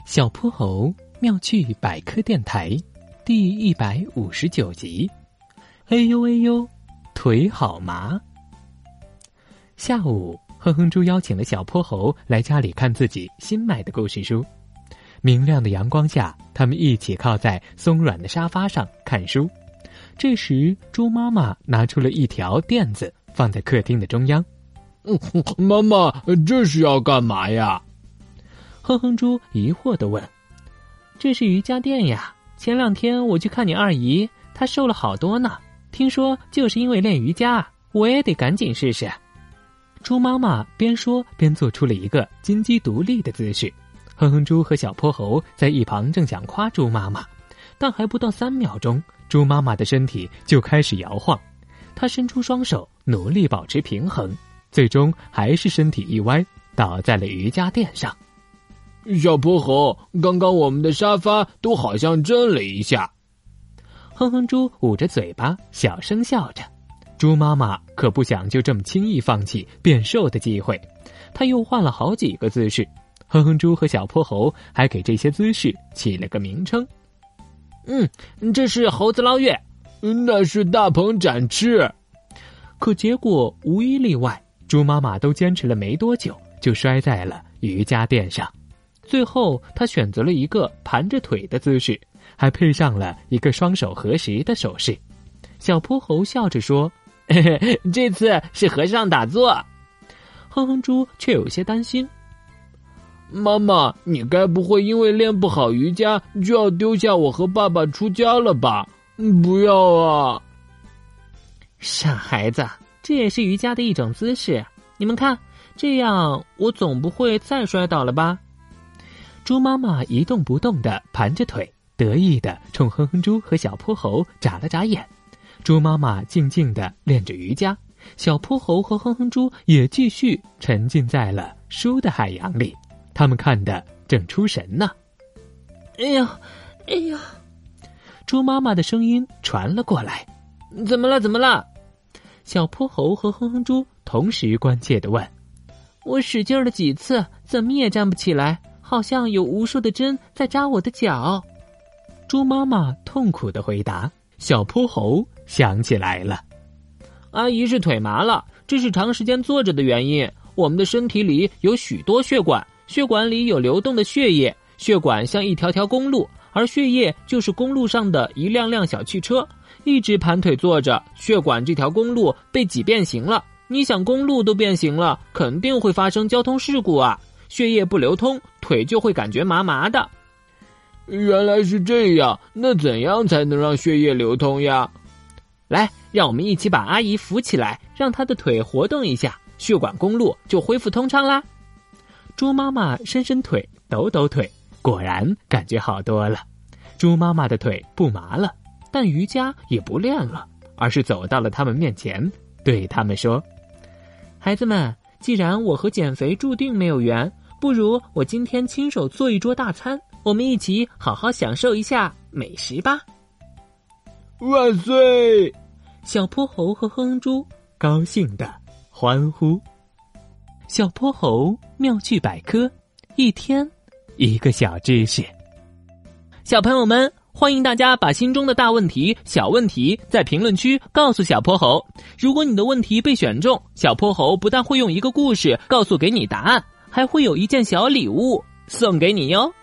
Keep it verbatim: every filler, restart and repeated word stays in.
小泼猴妙趣百科电台第一百五十九集。哎呦哎呦，腿好麻。下午，哼哼猪邀请了小泼猴来家里看自己新买的故事书。明亮的阳光下，他们一起靠在松软的沙发上看书。这时，猪妈妈拿出了一条垫子，放在客厅的中央。 嗯，妈妈，这是要干嘛呀？ 哼哼猪疑惑地问。这是瑜伽垫呀，前两天我去看你二姨，她瘦了好多呢，听说就是因为练瑜伽，我也得赶紧试试。猪妈妈边说边做出了一个金鸡独立的姿势。哼哼猪和小泼猴在一旁正想夸猪妈妈，但还不到三秒钟，猪妈妈的身体就开始摇晃，她伸出双手努力保持平衡，最终还是身体一歪，倒在了瑜伽垫上。 小泼猴，刚刚我们的沙发都好像震了一下。 哼哼猪捂着嘴巴小声笑着，猪妈妈可不想就这么轻易放弃变瘦的机会，她又换了好几个姿势。哼哼猪和小泼猴还给这些姿势起了个名称。嗯，这是猴子捞月， 那是大鹏展翅。 可结果无一例外，猪妈妈都坚持了没多久，就摔在了瑜伽垫上。最后，她选择了一个盘着腿的姿势，还配上了一个双手合十的手势。小泼猴笑着说：“嘿嘿，这次是和尚打坐。”哼哼猪却有些担心。 妈妈，你该不会因为练不好瑜伽就要丢下我和爸爸出家了吧？不要啊！ 傻孩子，这也是瑜伽的一种姿势。你们看，这样我总不会再摔倒了吧？猪妈妈一动不动地盘着腿，得意地冲哼哼猪和小泼猴眨了眨眼。猪妈妈静静地练着瑜伽，小泼猴和哼哼猪也继续沉浸在了书的海洋里。他们看得正出神呢。哎呀，哎呀！猪妈妈的声音传了过来。怎么了？怎么了？小泼猴和哼哼猪同时关切地问。我使劲了几次，怎么也站不起来，好像有无数的针在扎我的脚。猪妈妈痛苦地回答。小泼猴想起来了。阿姨是腿麻了，这是长时间坐着的原因。我们的身体里有许多血管，血管里有流动的血液，血管像一条条公路，而血液就是公路上的一辆辆小汽车。一直盘腿坐着，血管这条公路被挤变形了。你想公路都变形了，肯定会发生交通事故啊！血液不流通，腿就会感觉麻麻的。 原来是这样，那怎样才能让血液流通呀？ 来，让我们一起把阿姨扶起来，让她的腿活动一下，血管公路就恢复通畅啦。猪妈妈伸伸腿，抖抖腿，果然感觉好多了。猪妈妈的腿不麻了，但瑜伽也不练了，而是走到了他们面前，对他们说：孩子们，既然我和减肥注定没有缘，不如我今天亲手做一桌大餐，我们一起好好享受一下美食吧。 万岁！ 小泼猴和哼哼猪高兴地欢呼。小泼猴妙趣百科，一天一个小知识。小朋友们，欢迎大家把心中的大问题、小问题在评论区告诉小泼猴。如果你的问题被选中，小泼猴不但会用一个故事告诉给你答案，还会有一件小礼物送给你哟。